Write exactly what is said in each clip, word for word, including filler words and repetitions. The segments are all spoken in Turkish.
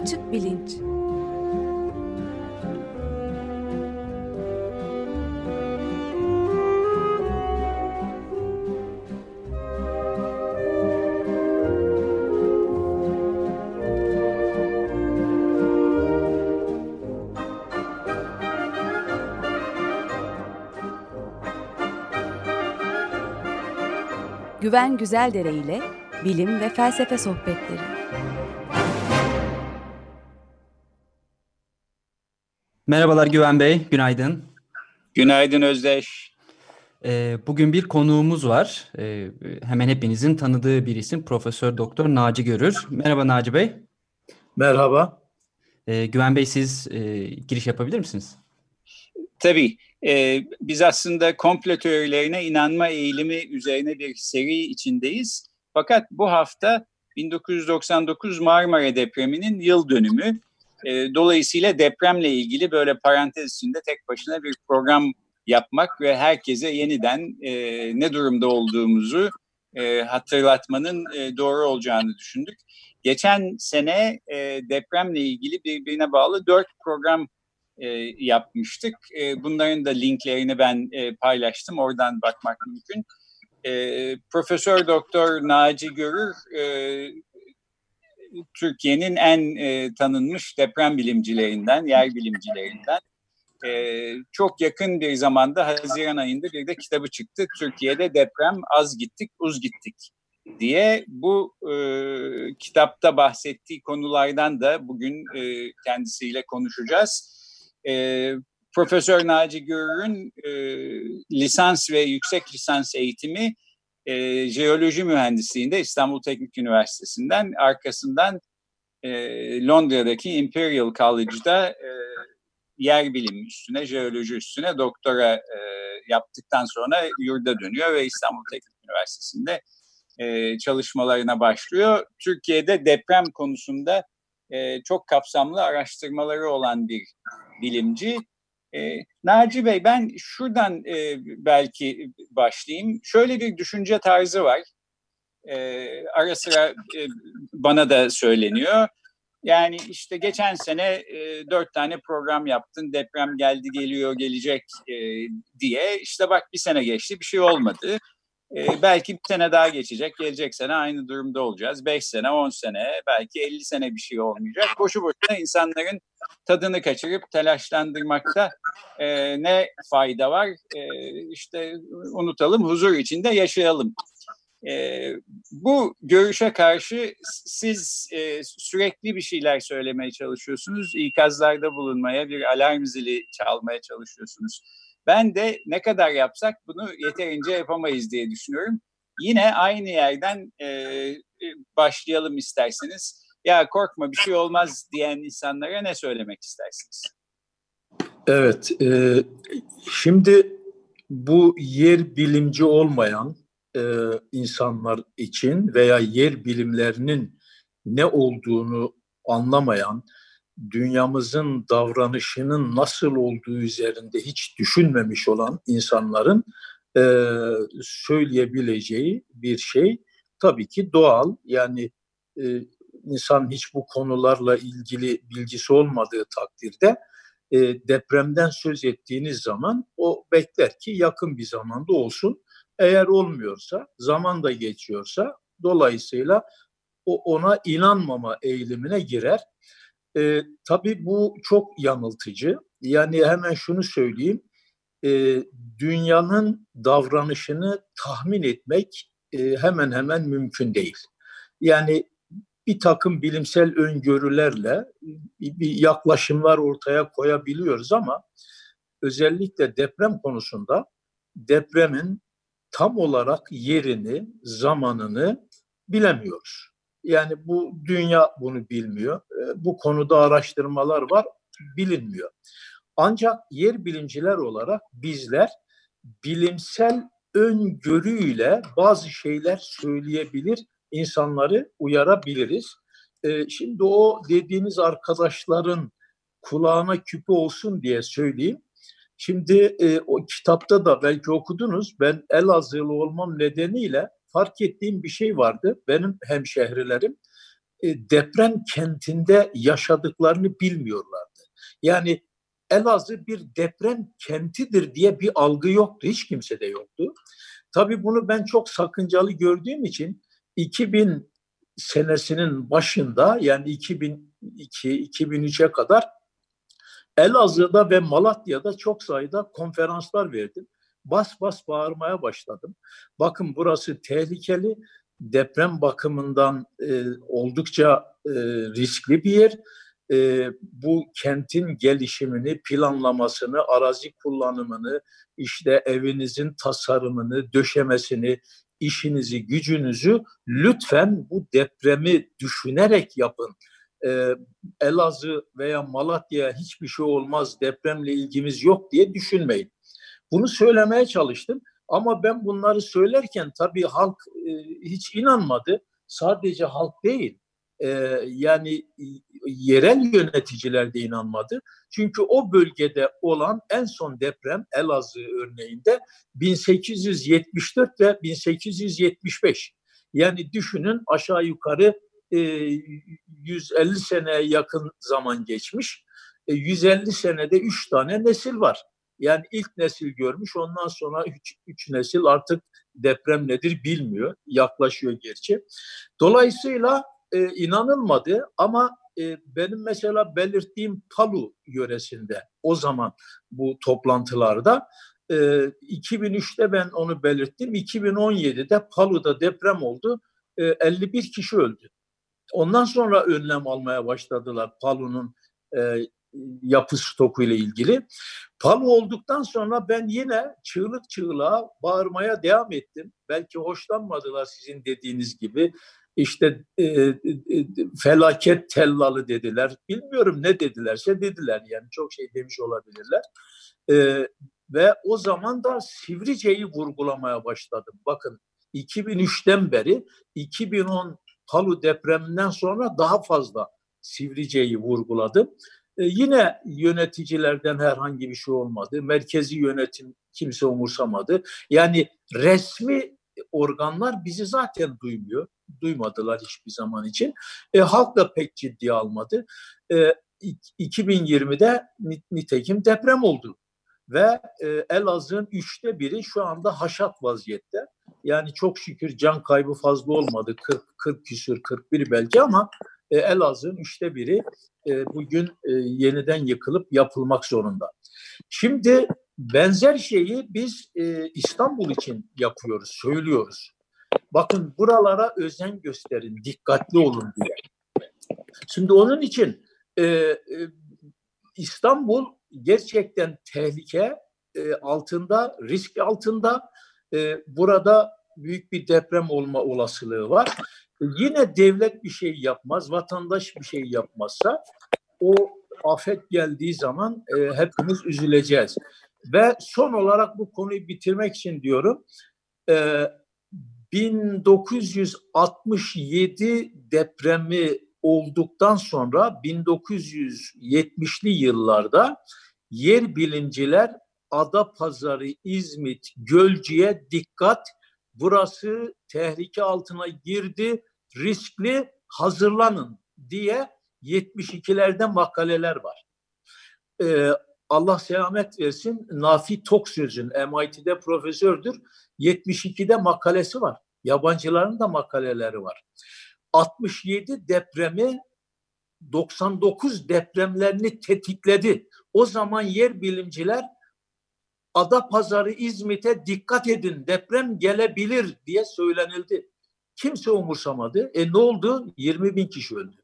Açık Bilinç. Güven Güzeldere ile bilim ve felsefe sohbetleri. Merhabalar Güven Bey, günaydın. Günaydın Özdeş. Ee, bugün bir konuğumuz var. Ee, hemen hepinizin tanıdığı bir isim, Profesör Doktor Naci Görür. Merhaba Naci Bey. Merhaba. Ee, Güven Bey, siz e, giriş yapabilir misiniz? Tabii. E, biz aslında komplo teorilerine inanma eğilimi üzerine bir seri içindeyiz. Fakat bu hafta bin dokuz yüz doksan dokuz Marmara depreminin yıl dönümü. E, dolayısıyla depremle ilgili böyle parantez içinde tek başına bir program yapmak ve herkese yeniden e, ne durumda olduğumuzu e, hatırlatmanın e, doğru olacağını düşündük. Geçen sene e, depremle ilgili birbirine bağlı dört program e, yapmıştık. E, bunların da linklerini ben e, paylaştım. Oradan bakmak mümkün. E, Profesör Doktor Naci Görür e, Türkiye'nin en e, tanınmış deprem bilimcilerinden, yer bilimcilerinden. E, çok yakın bir zamanda Haziran ayında bir de kitabı çıktı. Türkiye'de deprem az gittik, uz gittik diye. Bu e, kitapta bahsettiği konulardan da bugün e, kendisiyle konuşacağız. E, Profesör Naci Görür'ün e, lisans ve yüksek lisans eğitimi e, jeoloji mühendisliğinde İstanbul Teknik Üniversitesi'nden, arkasından e, Londra'daki Imperial College'da e, yer bilimi üstüne, jeoloji üstüne doktora e, yaptıktan sonra yurda dönüyor ve İstanbul Teknik Üniversitesi'nde e, çalışmalarına başlıyor. Türkiye'de deprem konusunda e, çok kapsamlı araştırmaları olan bir bilimci. E, Naci Bey, ben şuradan e, belki başlayayım. Şöyle bir düşünce tarzı var. E, ara sıra e, bana da söyleniyor. Yani işte geçen sene e, dört tane program yaptın, deprem geldi, geliyor, gelecek e, diye. İşte bak bir sene geçti, bir şey olmadı. E, belki bir sene daha geçecek, gelecek sene aynı durumda olacağız. Beş sene, on sene, belki elli sene bir şey olmayacak. Boşu boşuna insanların tadını kaçırıp telaşlandırmakta e, ne fayda var? E, işte unutalım, huzur içinde yaşayalım. E, bu görüşe karşı siz e, sürekli bir şeyler söylemeye çalışıyorsunuz. İkazlarda bulunmaya, bir alarm zili çalmaya çalışıyorsunuz. Ben de ne kadar yapsak bunu yeterince yapamayız diye düşünüyorum. Yine aynı yerden e, başlayalım isterseniz. Ya korkma bir şey olmaz diyen insanlara ne söylemek istersiniz? Evet, e, şimdi bu yer bilimci olmayan e, insanlar için veya yer bilimlerinin ne olduğunu anlamayan, dünyamızın davranışının nasıl olduğu üzerinde hiç düşünmemiş olan insanların e, söyleyebileceği bir şey tabii ki doğal. Yani e, insan hiç bu konularla ilgili bilgisi olmadığı takdirde e, depremden söz ettiğiniz zaman o bekler ki yakın bir zamanda olsun. Eğer olmuyorsa, zaman da geçiyorsa dolayısıyla o ona inanmama eğilimine girer. E, tabii bu çok yanıltıcı. Yani hemen şunu söyleyeyim. E, dünyanın davranışını tahmin etmek e, hemen hemen mümkün değil. Yani bir takım bilimsel öngörülerle bir yaklaşımlar ortaya koyabiliyoruz ama özellikle deprem konusunda depremin tam olarak yerini, zamanını bilemiyoruz. Yani bu dünya bunu bilmiyor. Bu konuda araştırmalar var, bilinmiyor. Ancak yer bilimciler olarak bizler bilimsel öngörüyle bazı şeyler söyleyebilir, insanları uyarabiliriz. Ee, şimdi o dediğiniz arkadaşların kulağına küpe olsun diye söyleyeyim. Şimdi e, o kitapta da belki okudunuz. Ben Elazığlı olmam nedeniyle fark ettiğim bir şey vardı. Benim hemşehrilerim e, deprem kentinde yaşadıklarını bilmiyorlardı. Yani Elazığ bir deprem kentidir diye bir algı yoktu, hiç kimsede yoktu. Tabii bunu ben çok sakıncalı gördüğüm için iki bin senesinin başında, yani iki bin iki iki bin üçe kadar Elazığ'da ve Malatya'da çok sayıda konferanslar verdim. Bas bas bağırmaya başladım. Bakın burası tehlikeli, deprem bakımından e, oldukça e, riskli bir yer. E, bu kentin gelişimini, planlamasını, arazi kullanımını, işte evinizin tasarımını, döşemesini, işinizi, gücünüzü lütfen bu depremi düşünerek yapın. Ee, Elazığ veya Malatya'ya hiçbir şey olmaz, depremle ilgimiz yok diye düşünmeyin. Bunu söylemeye çalıştım ama ben bunları söylerken tabii halk e, hiç inanmadı. Sadece halk değil, e, yani yerel yöneticiler de inanmadı. Çünkü o bölgede olan en son deprem Elazığ örneğinde bin sekiz yüz yetmiş dört ve bin sekiz yüz yetmiş beş. Yani düşünün, aşağı yukarı yüz elli seneye yakın zaman geçmiş. yüz elli senede üç tane nesil var. Yani ilk nesil görmüş, ondan sonra üç, üç nesil artık deprem nedir bilmiyor. Yaklaşıyor gerçi. Dolayısıyla e, inanılmadı ama e, benim mesela belirttiğim Palu yöresinde o zaman bu toplantılarda e, iki bin üçte ben onu belirttim. iki bin on yedide Palu'da deprem oldu. E, elli bir kişi öldü. Ondan sonra önlem almaya başladılar Palu'nun e, yapı stoku ile ilgili. Palu olduktan sonra ben yine çığlık çığlığa bağırmaya devam ettim. Belki hoşlanmadılar sizin dediğiniz gibi. İşte e, e, felaket tellalı dediler. Bilmiyorum ne dedilerse dediler. Yani çok şey demiş olabilirler. E, ve o zaman da Sivrice'yi vurgulamaya başladım. Bakın iki bin üçten beri iki bin on Palu depreminden sonra daha fazla Sivrice'yi vurguladım. Ee, yine yöneticilerden herhangi bir şey olmadı. Merkezi yönetim kimse umursamadı. Yani resmi organlar bizi zaten duymuyor. Duymadılar hiçbir zaman için. E, halk da pek ciddiye almadı. E, iki bin yirmide nitekim deprem oldu. Ve e, Elazığ'ın üçte biri şu anda haşat vaziyette. Yani çok şükür can kaybı fazla olmadı. kırk, kırk küsür, kırk bir belki ama e, Elazığ'ın üçte biri e, bugün e, yeniden yıkılıp yapılmak zorunda. Şimdi benzer şeyi biz e, İstanbul için yapıyoruz, söylüyoruz. Bakın buralara özen gösterin, dikkatli olun diye. Şimdi onun için e, e, İstanbul gerçekten tehlike e, altında, risk altında. E, burada büyük bir deprem olma olasılığı var. E, yine devlet bir şey yapmaz, vatandaş bir şey yapmazsa o afet geldiği zaman e, hepimiz üzüleceğiz. Ve son olarak bu konuyu bitirmek için diyorum, e, bin dokuz yüz altmış yedi depremi olduktan sonra bin dokuz yüz yetmişli yıllarda yer bilimciler Adapazarı, İzmit, Gölcük'e dikkat, burası tehlike altına girdi, riskli, hazırlanın diye yetmiş ikilerde makaleler var. Ee, Allah selamet versin, Nafi Toksöz'ün M I T'de profesördür, yetmiş ikide makalesi var. Yabancıların da makaleleri var. altmış yedi depremi doksan dokuz depremlerini tetikledi. O zaman yer bilimciler Adapazarı, İzmit'e dikkat edin, deprem gelebilir diye söylenildi. Kimse umursamadı. E ne oldu? yirmi bin kişi öldü.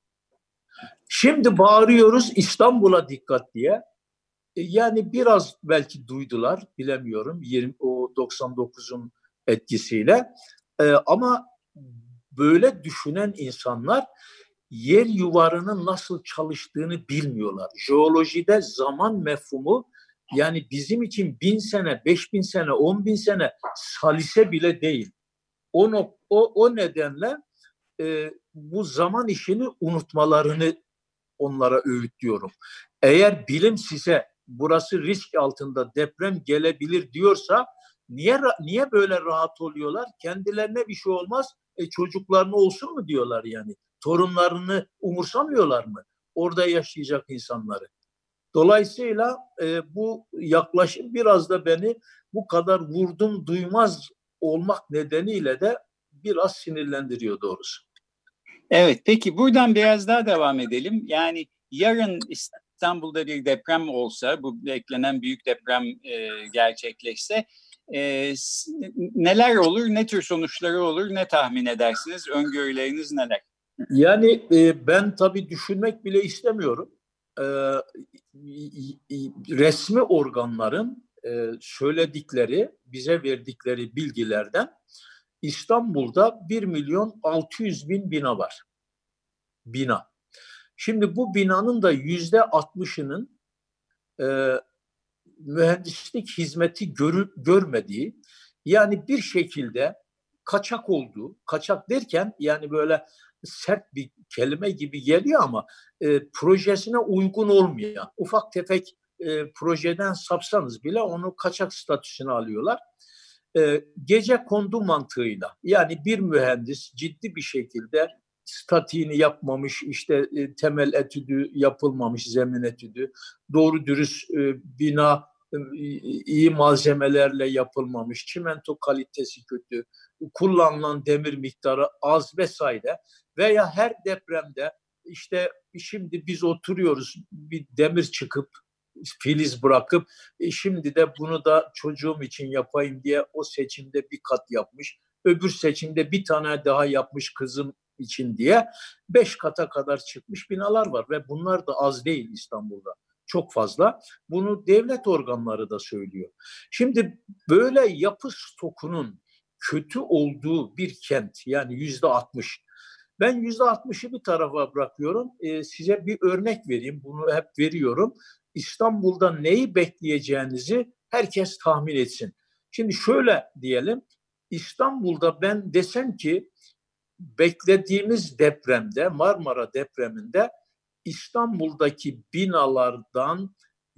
Şimdi bağırıyoruz İstanbul'a dikkat diye. E yani biraz belki duydular, bilemiyorum, yirmi, o doksan dokuzun etkisiyle. E, ama böyle düşünen insanlar yer yuvarının nasıl çalıştığını bilmiyorlar. Jeolojide zaman mefhumu, yani bizim için bin sene, beş bin sene, on bin sene salise bile değil. O, o, o nedenle e, bu zaman işini unutmalarını onlara öğütlüyorum. Eğer bilim size burası risk altında, deprem gelebilir diyorsa niye niye böyle rahat oluyorlar? Kendilerine bir şey olmaz, e, çocuklarına olsun mu diyorlar yani. torunlarını umursamıyorlar mı? Orada yaşayacak insanları. Dolayısıyla e, bu yaklaşım biraz da beni bu kadar vurdum duymaz olmak nedeniyle de biraz sinirlendiriyor doğrusu. Evet, peki buradan biraz daha devam edelim. Yani yarın İstanbul'da bir deprem olsa, bu beklenen büyük deprem e, gerçekleşse e, neler olur, ne tür sonuçları olur, ne tahmin edersiniz, öngörüleriniz neler? Yani e, ben tabii düşünmek bile istemiyorum. E, resmi organların e, söyledikleri, bize verdikleri bilgilerden İstanbul'da bir milyon altı yüz bin bina var. Bina. Şimdi bu binanın da yüzde altmışının e, mühendislik hizmeti görü, görmediği, yani bir şekilde kaçak olduğu, kaçak derken yani böyle sert bir kelime gibi geliyor ama e, projesine uygun olmayan, ufak tefek e, projeden sapsanız bile onu kaçak statüsüne alıyorlar. E, gece kondu mantığıyla, yani bir mühendis ciddi bir şekilde statiğini yapmamış, işte e, temel etüdü yapılmamış, zemin etüdü, doğru dürüst e, bina e, iyi malzemelerle yapılmamış, çimento kalitesi kötü, kullanılan demir miktarı az vesaire veya her depremde işte şimdi biz oturuyoruz, bir demir çıkıp filiz bırakıp e, şimdi de bunu da çocuğum için yapayım diye o seçimde bir kat yapmış, öbür seçimde bir tane daha yapmış kızım için diye beş kata kadar çıkmış binalar var ve bunlar da az değil İstanbul'da. Çok fazla. Bunu devlet organları da söylüyor. Şimdi böyle yapı stokunun kötü olduğu bir kent, yani yüzde altmış. Ben yüzde altmışı bir tarafa bırakıyorum. Ee, size bir örnek vereyim. Bunu hep veriyorum. İstanbul'da neyi bekleyeceğinizi herkes tahmin etsin. Şimdi şöyle diyelim. İstanbul'da ben desem ki beklediğimiz depremde, Marmara depreminde İstanbul'daki binalardan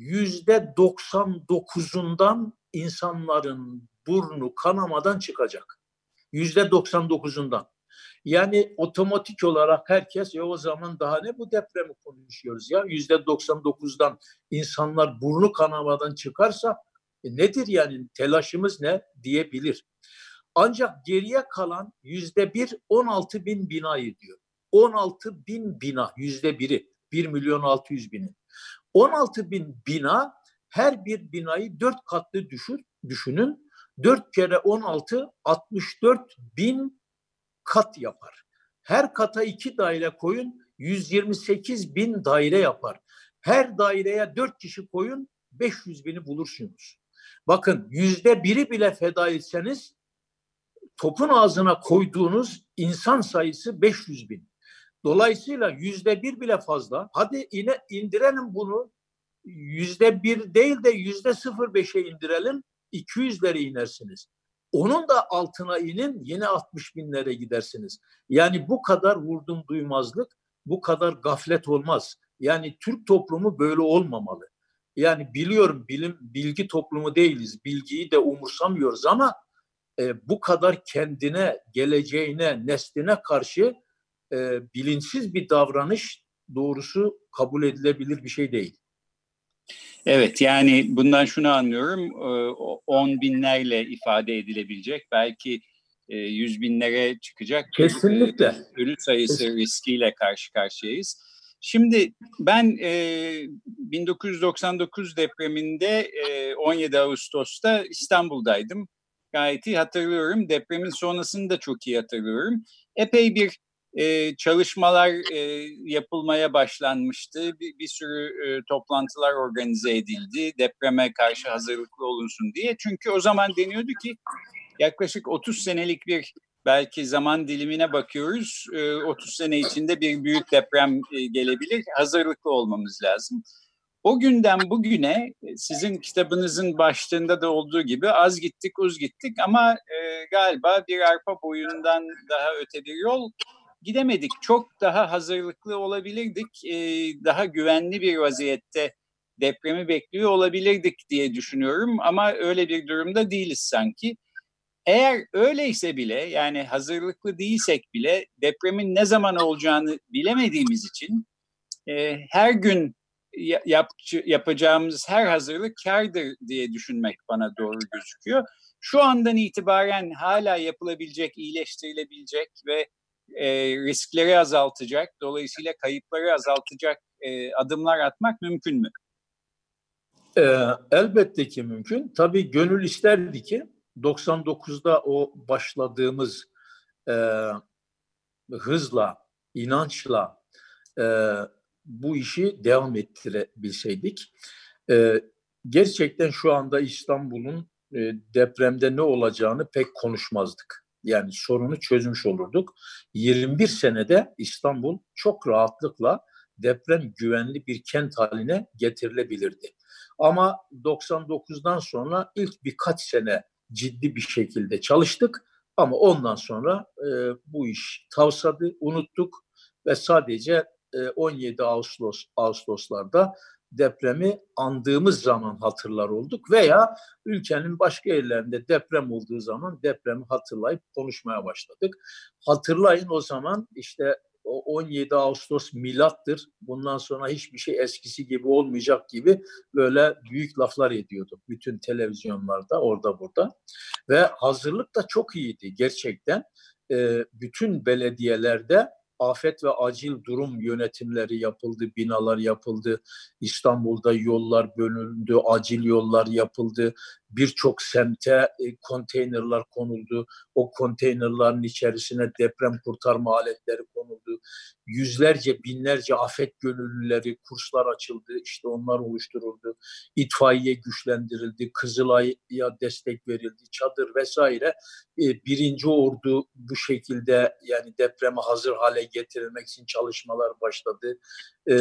yüzde doksan dokuzundan insanların burnu kanamadan çıkacak. Yüzde doksan dokuzundan. Yani otomatik olarak herkes ya o zaman daha ne bu depremi konuşuyoruz ya. Yüzde doksan dokuzdan insanlar burnu kanamadan çıkarsa e nedir yani, telaşımız ne diyebilir. Ancak geriye kalan yüzde bir on altı bin bina ediyor. on altı bin bina, yüzde biri, bir milyon altı yüz binin. on altı bin bina, her bir binayı dört katlı düşün, düşünün. dört kere on altı, altmış dört bin kat yapar. Her kata iki daire koyun, yüz yirmi sekiz bin daire yapar. Her daireye dört kişi koyun, beş yüz bini bulursunuz. Bakın yüzde biri bile feda etseniz topun ağzına koyduğunuz insan sayısı beş yüz bin. Dolayısıyla yüzde bir bile fazla. Hadi yine indirelim bunu. Yüzde bir değil de yüzde sıfır beşe indirelim. iki yüzlere inersiniz. Onun da altına inin, yine altmış binlere gidersiniz. Yani bu kadar vurdum duymazlık, bu kadar gaflet olmaz. Yani Türk toplumu böyle olmamalı. Yani biliyorum bilim, bilgi toplumu değiliz. Bilgiyi de umursamıyoruz ama e, bu kadar kendine, geleceğine, nesline karşı e, bilinçsiz bir davranış doğrusu kabul edilebilir bir şey değil. Evet, yani bundan şunu anlıyorum, on binlerle ifade edilebilecek, belki yüz binlere çıkacak kesinlikle ölü sayısı riskiyle karşı karşıyayız. Şimdi ben bin dokuz yüz doksan dokuz depreminde on yedi Ağustos'ta İstanbul'daydım. Gayet iyi hatırlıyorum. Depremin sonrasını da çok iyi hatırlıyorum. Epey bir Ee, çalışmalar e, yapılmaya başlanmıştı. Bir, bir sürü e, toplantılar organize edildi. Depreme karşı hazırlıklı olunsun diye. Çünkü o zaman deniyordu ki yaklaşık otuz senelik bir belki zaman dilimine bakıyoruz. E, otuz sene içinde bir büyük deprem e, gelebilir. Hazırlıklı olmamız lazım. O günden bugüne sizin kitabınızın başlığında da olduğu gibi az gittik uz gittik ama e, galiba bir arpa boyundan daha öte bir yol gidemedik. Çok daha hazırlıklı olabilirdik. Ee, daha güvenli bir vaziyette depremi bekliyor olabilirdik diye düşünüyorum. Ama öyle bir durumda değiliz sanki. eğer öyleyse bile, yani hazırlıklı değilsek bile depremin ne zaman olacağını bilemediğimiz için e, her gün yap, yapacağımız her hazırlık kârdır diye düşünmek bana doğru gözüküyor. Şu andan itibaren hala yapılabilecek, iyileştirilebilecek ve e, riskleri azaltacak, dolayısıyla kayıpları azaltacak e, adımlar atmak mümkün mü? Ee, elbette ki mümkün. Tabii gönül isterdi ki doksan dokuzda o başladığımız e, hızla, inançla e, bu işi devam ettirebilseydik. E, gerçekten şu anda İstanbul'un e, depremde ne olacağını pek konuşmazdık. Yani sorunu çözmüş olurduk. yirmi bir senede İstanbul çok rahatlıkla deprem güvenli bir kent haline getirilebilirdi. Ama doksan dokuzdan sonra ilk birkaç sene ciddi bir şekilde çalıştık. Ama ondan sonra e, bu iş tavsadı, unuttuk ve sadece e, on yedi Ağustos Ağustoslarda depremi andığımız zaman hatırlar olduk veya ülkenin başka yerlerinde deprem olduğu zaman depremi hatırlayıp konuşmaya başladık. Hatırlayın, o zaman işte o on yedi Ağustos milattır, bundan sonra hiçbir şey eskisi gibi olmayacak gibi böyle büyük laflar ediyorduk bütün televizyonlarda, orada burada. Ve hazırlık da çok iyiydi gerçekten. E, bütün belediyelerde afet ve acil durum yönetimleri yapıldı, binalar yapıldı. İstanbul'da yollar bölündü, acil yollar yapıldı. Birçok semte e, konteynerler konuldu. O konteynerlerin içerisine deprem kurtarma aletleri konuldu. Yüzlerce, binlerce afet gönüllüleri, kurslar açıldı. İşte onlar oluşturuldu. İtfaiye güçlendirildi. Kızılay'a destek verildi. Çadır vesaire. E, birinci ordu bu şekilde, yani depreme hazır hale getirilmek için çalışmalar başladı. E,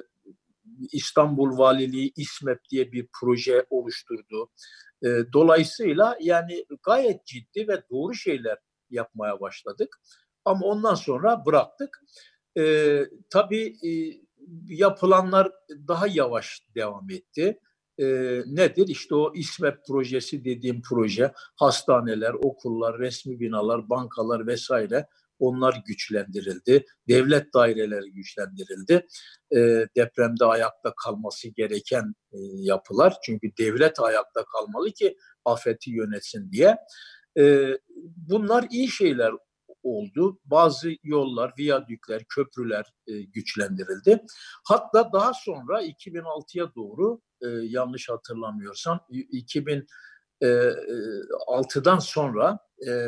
İstanbul Valiliği İSMEP diye bir proje oluşturdu. E, dolayısıyla yani gayet ciddi ve doğru şeyler yapmaya başladık. Ama ondan sonra bıraktık. E, tabii e, yapılanlar daha yavaş devam etti. E, nedir? İşte o İSMEP projesi dediğim proje, hastaneler, okullar, resmi binalar, bankalar vesaire, onlar güçlendirildi. Devlet daireleri güçlendirildi. E, depremde ayakta kalması gereken e, yapılar. Çünkü devlet ayakta kalmalı ki afeti yönetsin diye. E, bunlar iyi şeyler oldu. Bazı yollar, viyadükler, köprüler e, güçlendirildi. Hatta daha sonra iki bin altıya doğru, e, yanlış hatırlamıyorsam, iki bin altıdan sonra e,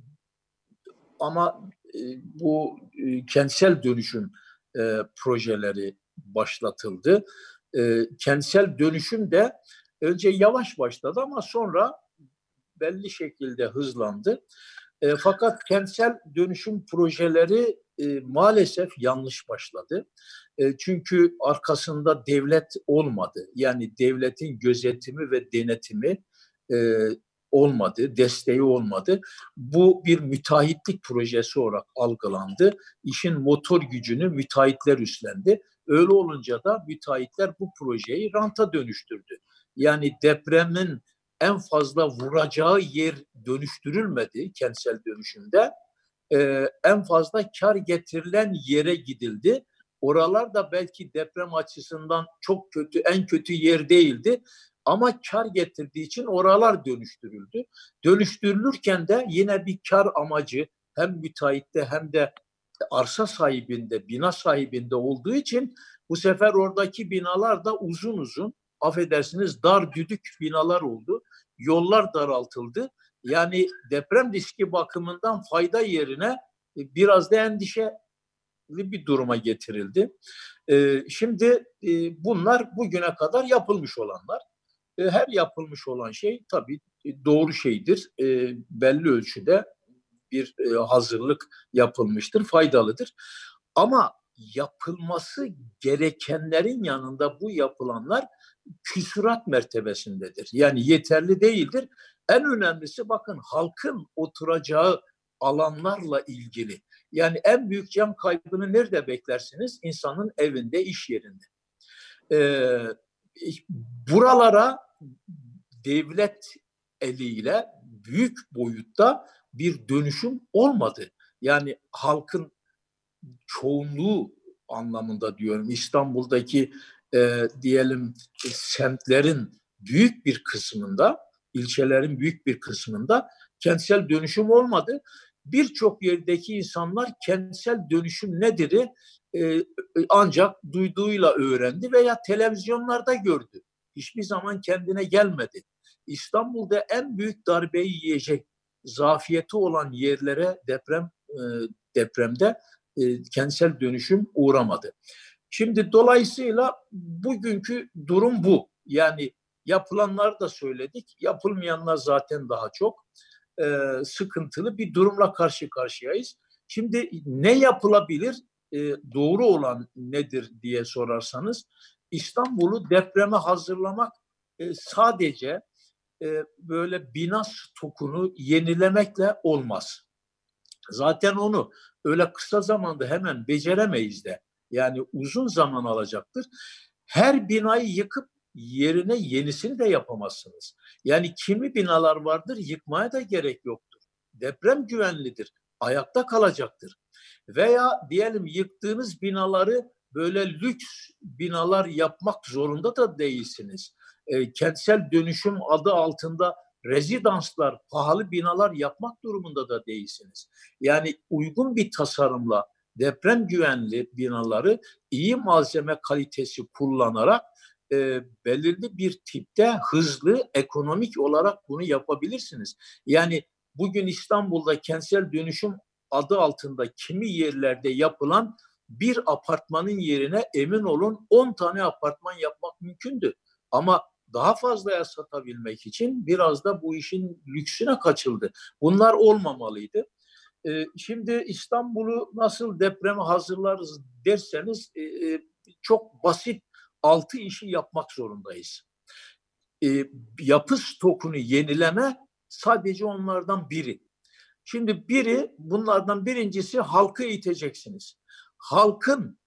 ama e, bu e, kentsel dönüşüm e, projeleri başlatıldı. E, kentsel dönüşüm de önce yavaş başladı ama sonra belli şekilde hızlandı. E, fakat kentsel dönüşüm projeleri e, maalesef yanlış başladı. E, çünkü arkasında devlet olmadı. Yani devletin gözetimi ve denetimi e, olmadı, desteği olmadı. Bu bir müteahhitlik projesi olarak algılandı. İşin motor gücünü müteahhitler üstlendi. Öyle olunca da müteahhitler bu projeyi ranta dönüştürdü. Yani depremin en fazla vuracağı yer dönüştürülmedi kentsel dönüşümde. Ee, en fazla kar getirilen yere gidildi. Oralar da belki deprem açısından çok kötü, en kötü yer değildi. Ama kar getirdiği için oralar dönüştürüldü. Dönüştürülürken de yine bir kar amacı hem müteahhitte hem de arsa sahibinde, bina sahibinde olduğu için bu sefer oradaki binalar da uzun uzun, affedersiniz, dar düdük binalar oldu. Yollar daraltıldı. Yani deprem riski bakımından fayda yerine biraz da endişeli bir duruma getirildi. Şimdi bunlar bugüne kadar yapılmış olanlar. Her yapılmış olan şey tabii doğru şeydir. Belli ölçüde bir hazırlık yapılmıştır, faydalıdır. Ama yapılması gerekenlerin yanında bu yapılanlar küsurat mertebesindedir. Yani yeterli değildir. En önemlisi, bakın, halkın oturacağı alanlarla ilgili. Yani en büyük can kaybını nerede beklersiniz? İnsanın evinde, iş yerinde. Ee, buralara devlet eliyle, büyük boyutta bir dönüşüm olmadı. Yani halkın çoğunluğu anlamında diyorum. İstanbul'daki e, diyelim e, semtlerin büyük bir kısmında, ilçelerin büyük bir kısmında kentsel dönüşüm olmadı. Birçok yerdeki insanlar kentsel dönüşüm nedir e, ancak duyduğuyla öğrendi veya televizyonlarda gördü. Hiçbir zaman kendine gelmedi. İstanbul'da en büyük darbeyi yiyecek zafiyeti olan yerlere deprem e, depremde e, kentsel dönüşüm uğramadı. Şimdi dolayısıyla bugünkü durum bu. Yani yapılanlar da söyledik, yapılmayanlar zaten daha çok e, sıkıntılı bir durumla karşı karşıyayız. Şimdi ne yapılabilir, e, doğru olan nedir diye sorarsanız, İstanbul'u depreme hazırlamak e, sadece e, böyle bina stokunu yenilemekle olmaz. Zaten onu öyle kısa zamanda hemen beceremeyiz de. Yani uzun zaman alacaktır. Her binayı yıkıp yerine yenisini de yapamazsınız. Yani kimi binalar vardır, yıkmaya da gerek yoktur. Deprem güvenlidir, ayakta kalacaktır. Veya diyelim yıktığınız binaları böyle lüks binalar yapmak zorunda da değilsiniz. E, kentsel dönüşüm adı altında rezidanslar, pahalı binalar yapmak durumunda da değilsiniz. Yani uygun bir tasarımla deprem güvenli binaları iyi malzeme kalitesi kullanarak e, belirli bir tipte hızlı, ekonomik olarak bunu yapabilirsiniz. Yani bugün İstanbul'da kentsel dönüşüm adı altında kimi yerlerde yapılan bir apartmanın yerine emin olun on tane apartman yapmak mümkündü. Ama daha fazlaya satabilmek için biraz da bu işin lüksüne kaçıldı. Bunlar olmamalıydı. Ee, şimdi İstanbul'u nasıl depreme hazırlarız derseniz e, çok basit altı işi yapmak zorundayız. E, yapı stokunu yenileme sadece onlardan biri. Şimdi biri, bunlardan birincisi halkı eğiteceksiniz. Halkın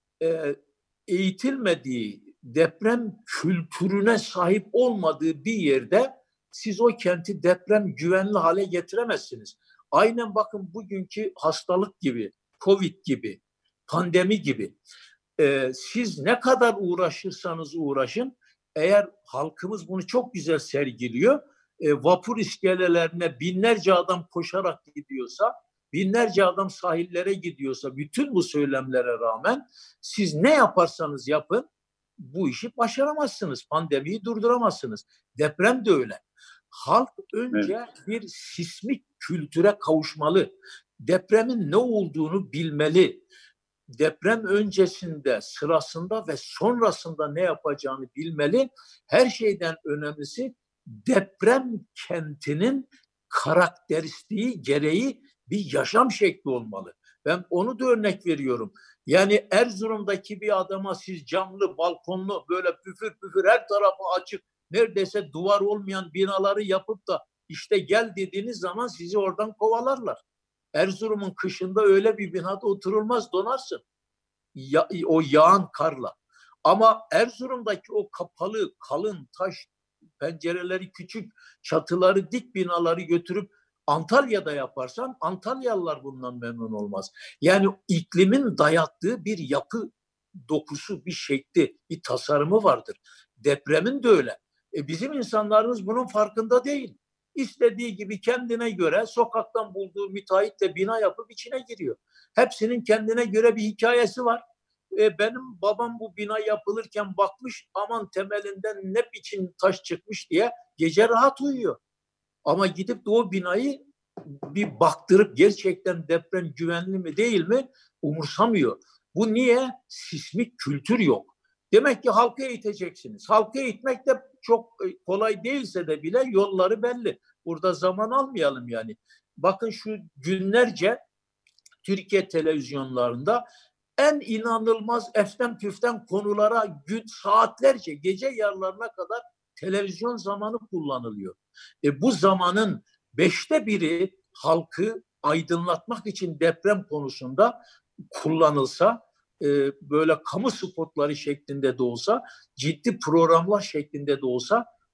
e, eğitilmediği, deprem kültürüne sahip olmadığı bir yerde siz o kenti deprem güvenli hale getiremezsiniz. Aynen bakın bugünkü hastalık gibi, Covid gibi, pandemi gibi. Ee, siz ne kadar uğraşırsanız uğraşın, eğer halkımız bunu çok güzel sergiliyor, e, vapur iskelelerine binlerce adam koşarak gidiyorsa, binlerce adam sahillere gidiyorsa, bütün bu söylemlere rağmen siz ne yaparsanız yapın, bu işi başaramazsınız. Pandemiyi durduramazsınız. Deprem de öyle. Halk önce evet. bir sismik kültüre kavuşmalı. Depremin ne olduğunu bilmeli. Deprem öncesinde, sırasında ve sonrasında ne yapacağını bilmeli. Her şeyden önemlisi deprem kentinin karakteristiği gereği bir yaşam şekli olmalı. Ben onu da örnek veriyorum. Yani Erzurum'daki bir adama siz camlı, balkonlu, böyle püfür püfür her tarafı açık, neredeyse duvar olmayan binaları yapıp da işte gel dediğiniz zaman sizi oradan kovalarlar. Erzurum'un kışında öyle bir binada oturulmaz, donarsın. Ya, o yağan karla. Ama Erzurum'daki o kapalı, kalın taş, pencereleri küçük, çatıları dik binaları götürüp Antalya'da yaparsan Antalyalılar bundan memnun olmaz. Yani iklimin dayattığı bir yapı dokusu, bir şekli, bir tasarımı vardır. Depremin de öyle. E bizim insanlarımız bunun farkında değil. İstediği gibi kendine göre sokaktan bulduğu müteahhitle bina yapıp içine giriyor. Hepsinin kendine göre bir hikayesi var. E benim babam bu bina yapılırken bakmış, aman temelinden ne biçim taş çıkmış diye gece rahat uyuyor. Ama gidip de o binayı bir baktırıp gerçekten deprem güvenli mi değil mi umursamıyor. Bu niye? Sismik kültür yok. Demek ki halkı eğiteceksiniz. Halkı eğitmek de çok kolay değilse de bile yolları belli. Burada zaman almayalım yani. Bakın şu günlerce Türkiye televizyonlarında en inanılmaz eften püften konulara gün saatlerce, gece yarılarına kadar televizyon zamanı kullanılıyor. E bu zamanın beşte biri halkı aydınlatmak için deprem konusunda kullanılsa, e, böyle kamu spotları şeklinde de olsa, ciddi programlar şeklinde de olsa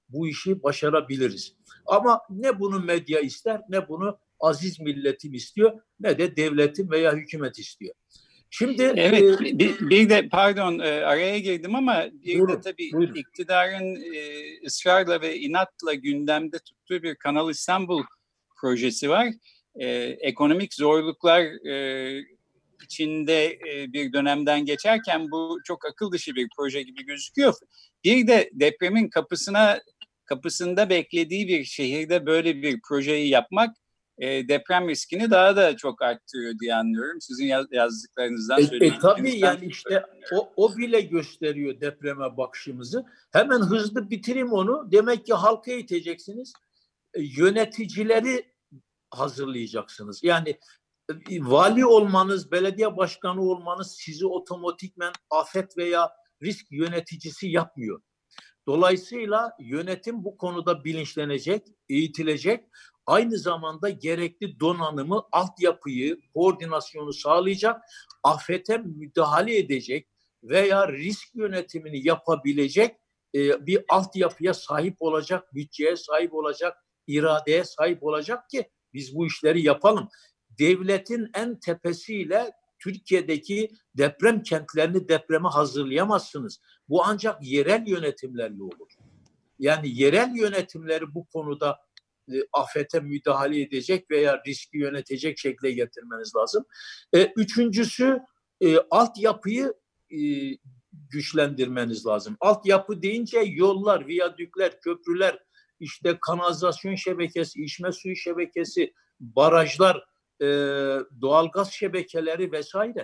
bu işi başarabiliriz. Ama ne bunu medya ister, ne bunu aziz milletim istiyor, ne de devletim veya hükümet istiyor. Şimdi evet, e, bir, bir de pardon e, araya girdim ama bir buyurun, de tabii buyurun. iktidarın e, ısrarla ve inatla gündemde tuttuğu bir Kanal İstanbul projesi var. E, ekonomik zorluklar e, içinde e, bir dönemden geçerken bu çok akıl dışı bir proje gibi gözüküyor. Bir de depremin kapısına kapısında beklediği bir şehirde böyle bir projeyi yapmak e, deprem riskini daha da çok arttırıyor diye anlıyorum. Sizin yaz, yazdıklarınızdan, E, e, söylediklerinizden. tabii yani işte o, o bile gösteriyor depreme bakışımızı. Hemen hızlı bitireyim onu. Demek ki halka eğiteceksiniz. E, yöneticileri hazırlayacaksınız. Yani e, vali olmanız, belediye başkanı olmanız sizi otomatikmen afet veya risk yöneticisi yapmıyor. Dolayısıyla yönetim bu konuda bilinçlenecek, eğitilecek. Aynı zamanda gerekli donanımı, altyapıyı, koordinasyonu sağlayacak, afete müdahale edecek veya risk yönetimini yapabilecek e, bir altyapıya sahip olacak, bütçeye sahip olacak, iradeye sahip olacak ki biz bu işleri yapalım. Devletin en tepesiyle Türkiye'deki deprem kentlerini depreme hazırlayamazsınız. Bu ancak yerel yönetimlerle olur. Yani yerel yönetimleri bu konuda e, afete müdahale edecek veya riski yönetecek şekle getirmeniz lazım. E, üçüncüsü e, altyapıyı e, güçlendirmeniz lazım. Altyapı deyince yollar, viyadükler, köprüler, işte kanalizasyon şebekesi, içme suyu şebekesi, barajlar, e, doğalgaz şebekeleri vesaire.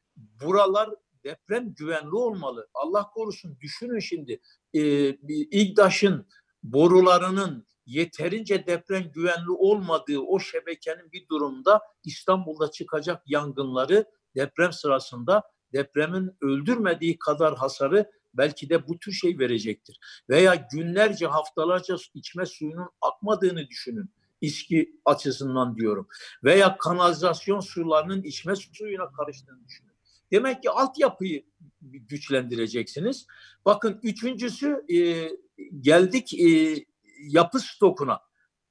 Buralar deprem güvenli olmalı. Allah korusun, düşünün şimdi e, İGDAŞ'ın borularının yeterince deprem güvenli olmadığı o şebekenin bir durumda İstanbul'da çıkacak yangınları deprem sırasında depremin öldürmediği kadar hasarı belki de bu tür şey verecektir. Veya günlerce, haftalarca içme suyunun akmadığını düşünün. İSKİ açısından diyorum. Veya kanalizasyon sularının içme suyuna karıştığını düşünün. Demek ki altyapıyı güçlendireceksiniz. Bakın üçüncüsü e, geldik e, yapı stokuna.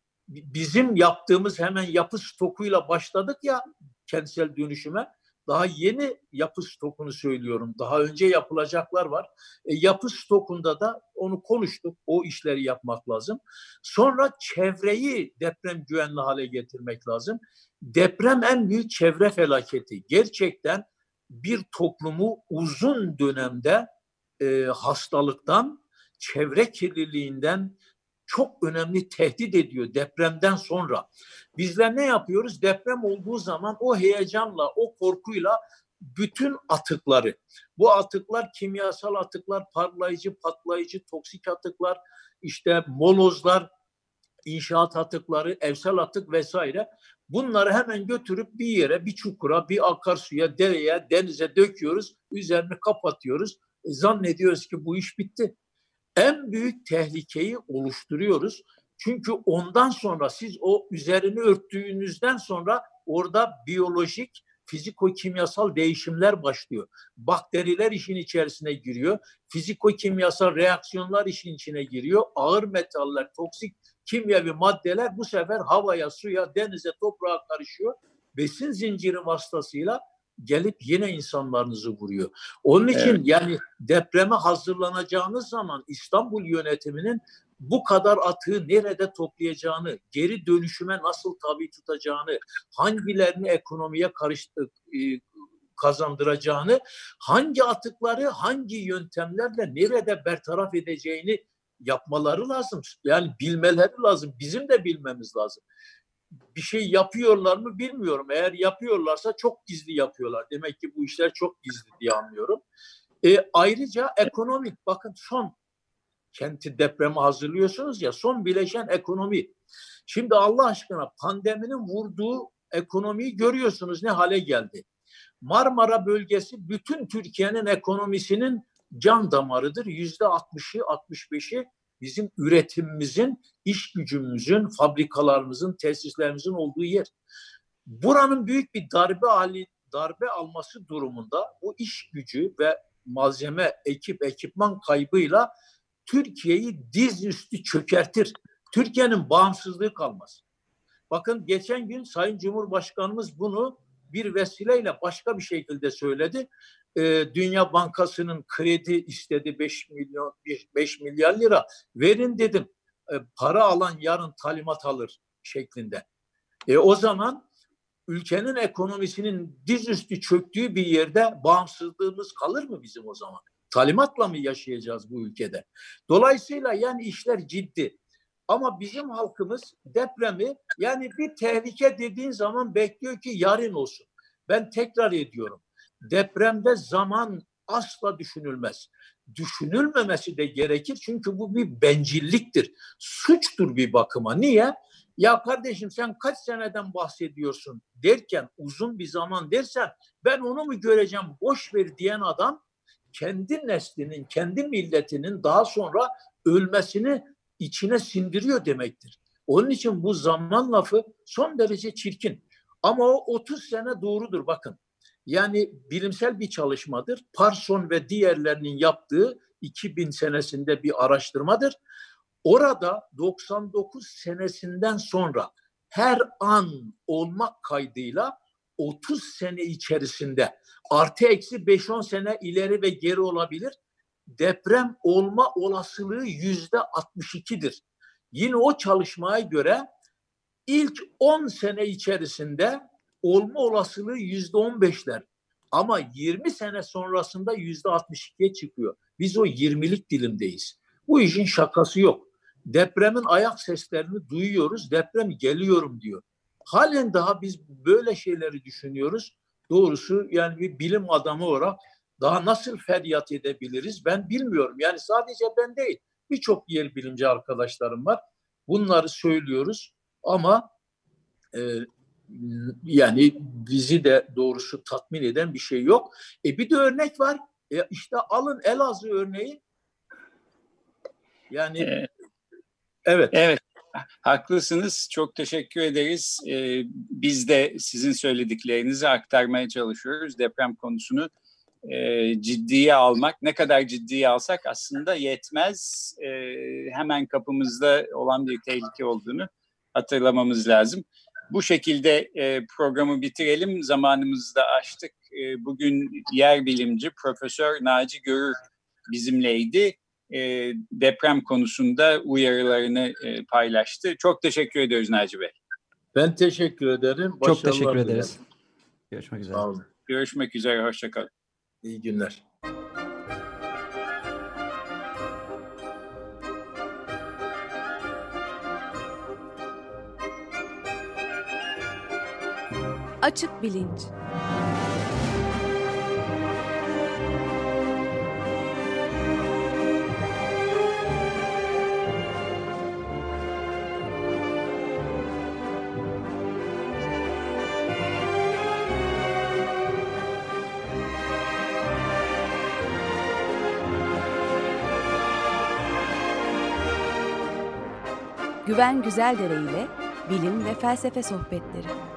Bizim yaptığımız hemen yapı stokuyla başladık ya kentsel dönüşüme. Daha yeni yapı stokunu söylüyorum. Daha önce yapılacaklar var. E, yapı stokunda da onu konuştuk. O işleri yapmak lazım. Sonra çevreyi deprem güvenli hale getirmek lazım. Deprem en büyük çevre felaketi. Gerçekten bir toplumu uzun dönemde e, hastalıktan, çevre kirliliğinden çok önemli tehdit ediyor depremden sonra. Bizler ne yapıyoruz? Deprem olduğu zaman o heyecanla, o korkuyla bütün atıkları, bu atıklar kimyasal atıklar, parlayıcı, patlayıcı, toksik atıklar, işte molozlar, inşaat atıkları, evsel atık vesaire. Bunları hemen götürüp bir yere, bir çukura, bir akarsuya, dereye, denize döküyoruz. Üzerini kapatıyoruz. E, zannediyoruz ki bu iş bitti. En büyük tehlikeyi oluşturuyoruz. Çünkü ondan sonra siz o üzerini örttüğünüzden sonra orada biyolojik, fiziko-kimyasal değişimler başlıyor. Bakteriler işin içerisine giriyor. Fiziko-kimyasal reaksiyonlar işin içine giriyor. Ağır metaller, toksik kimyevi maddeler bu sefer havaya, suya, denize, toprağa karışıyor. Besin zinciri vasıtasıyla gelip yine insanlarınızı vuruyor. Onun için evet, yani depreme hazırlanacağınız zaman İstanbul yönetiminin bu kadar atığı nerede toplayacağını, geri dönüşüme nasıl tabi tutacağını, hangilerini ekonomiye karıştı, kazandıracağını, hangi atıkları hangi yöntemlerle nerede bertaraf edeceğini yapmaları lazım. Yani bilmeleri lazım. Bizim de bilmemiz lazım. Bir şey yapıyorlar mı bilmiyorum. Eğer yapıyorlarsa çok gizli yapıyorlar. Demek ki bu işler çok gizli diye anlıyorum. E, ayrıca ekonomik, bakın son kenti depreme hazırlıyorsunuz ya, son bileşen ekonomi. Şimdi Allah aşkına pandeminin vurduğu ekonomiyi görüyorsunuz ne hale geldi. Marmara bölgesi bütün Türkiye'nin ekonomisinin can damarıdır. Yüzde altmışı, altmış beşi bizim üretimimizin, iş gücümüzün, fabrikalarımızın, tesislerimizin olduğu yer. Buranın büyük bir darbe hali, darbe alması durumunda o iş gücü ve malzeme, ekip, ekipman kaybıyla Türkiye'yi dizüstü çökertir. Türkiye'nin bağımsızlığı kalmaz. Bakın geçen gün Sayın Cumhurbaşkanımız bunu bir vesileyle başka bir şekilde söyledi. Ee, Dünya Bankası'nın kredi istedi beş milyon beş milyar lira. Verin dedim. Ee, para alan yarın talimat alır şeklinde. E, o zaman ülkenin ekonomisinin dizüstü çöktüğü bir yerde bağımsızlığımız kalır mı bizim o zaman? Talimatla mı yaşayacağız bu ülkede? Dolayısıyla yani işler ciddi. Ama bizim halkımız depremi yani bir tehlike dediğin zaman bekliyor ki yarın olsun. Ben tekrar ediyorum. Depremde zaman asla düşünülmez. Düşünülmemesi de gerekir çünkü bu bir bencilliktir. Suçtur bir bakıma. Niye? Ya kardeşim sen kaç seneden bahsediyorsun derken uzun bir zaman dersen ben onu mu göreceğim boş ver diyen adam kendi neslinin, kendi milletinin daha sonra ölmesini içine sindiriyor demektir. Onun için bu zaman lafı son derece çirkin. Ama o otuz sene doğrudur bakın. Yani bilimsel bir çalışmadır. Parson ve diğerlerinin yaptığı iki bin senesinde bir araştırmadır. Orada doksan dokuz senesinden sonra her an olmak kaydıyla otuz sene içerisinde artı eksi beş on sene ileri ve geri olabilir. Deprem olma olasılığı yüzde altmış ikidir. Yine o çalışmaya göre ilk on sene içerisinde olma olasılığı yüzde on beşler. Ama yirmi sene sonrasında yüzde altmış ikiye çıkıyor. Biz o yirmilik dilimdeyiz. Bu işin şakası yok. Depremin ayak seslerini duyuyoruz. Deprem geliyorum diyor. Halen daha biz böyle şeyleri düşünüyoruz. Doğrusu yani bir bilim adamı olarak daha nasıl feryat edebiliriz ben bilmiyorum. Yani sadece ben değil. Birçok yer bilimci arkadaşlarım var. Bunları söylüyoruz ama e, yani bizi de doğrusu tatmin eden bir şey yok. E bir de örnek var. E işte alın Elazığ örneği. Yani ee, evet. Evet. Haklısınız. Çok teşekkür ederiz. Ee, biz de sizin söylediklerinizi aktarmaya çalışıyoruz. Deprem konusunu e, ciddiye almak. Ne kadar ciddiye alsak aslında yetmez. E, hemen kapımızda olan bir tehlike olduğunu hatırlamamız lazım. Bu şekilde e, programı bitirelim. Zamanımızı da aştık. E, bugün yer bilimci Profesör Naci Görür bizimleydi. E, deprem konusunda uyarılarını e, paylaştı. Çok teşekkür ediyoruz Naci Bey. Ben teşekkür ederim. Çok teşekkür ederiz. Görüşmek üzere. Sağ olun. Görüşmek üzere. Hoşça kalın. İyi günler. Açık bilinç. Güven Güzeldere ile bilim ve felsefe sohbetleri.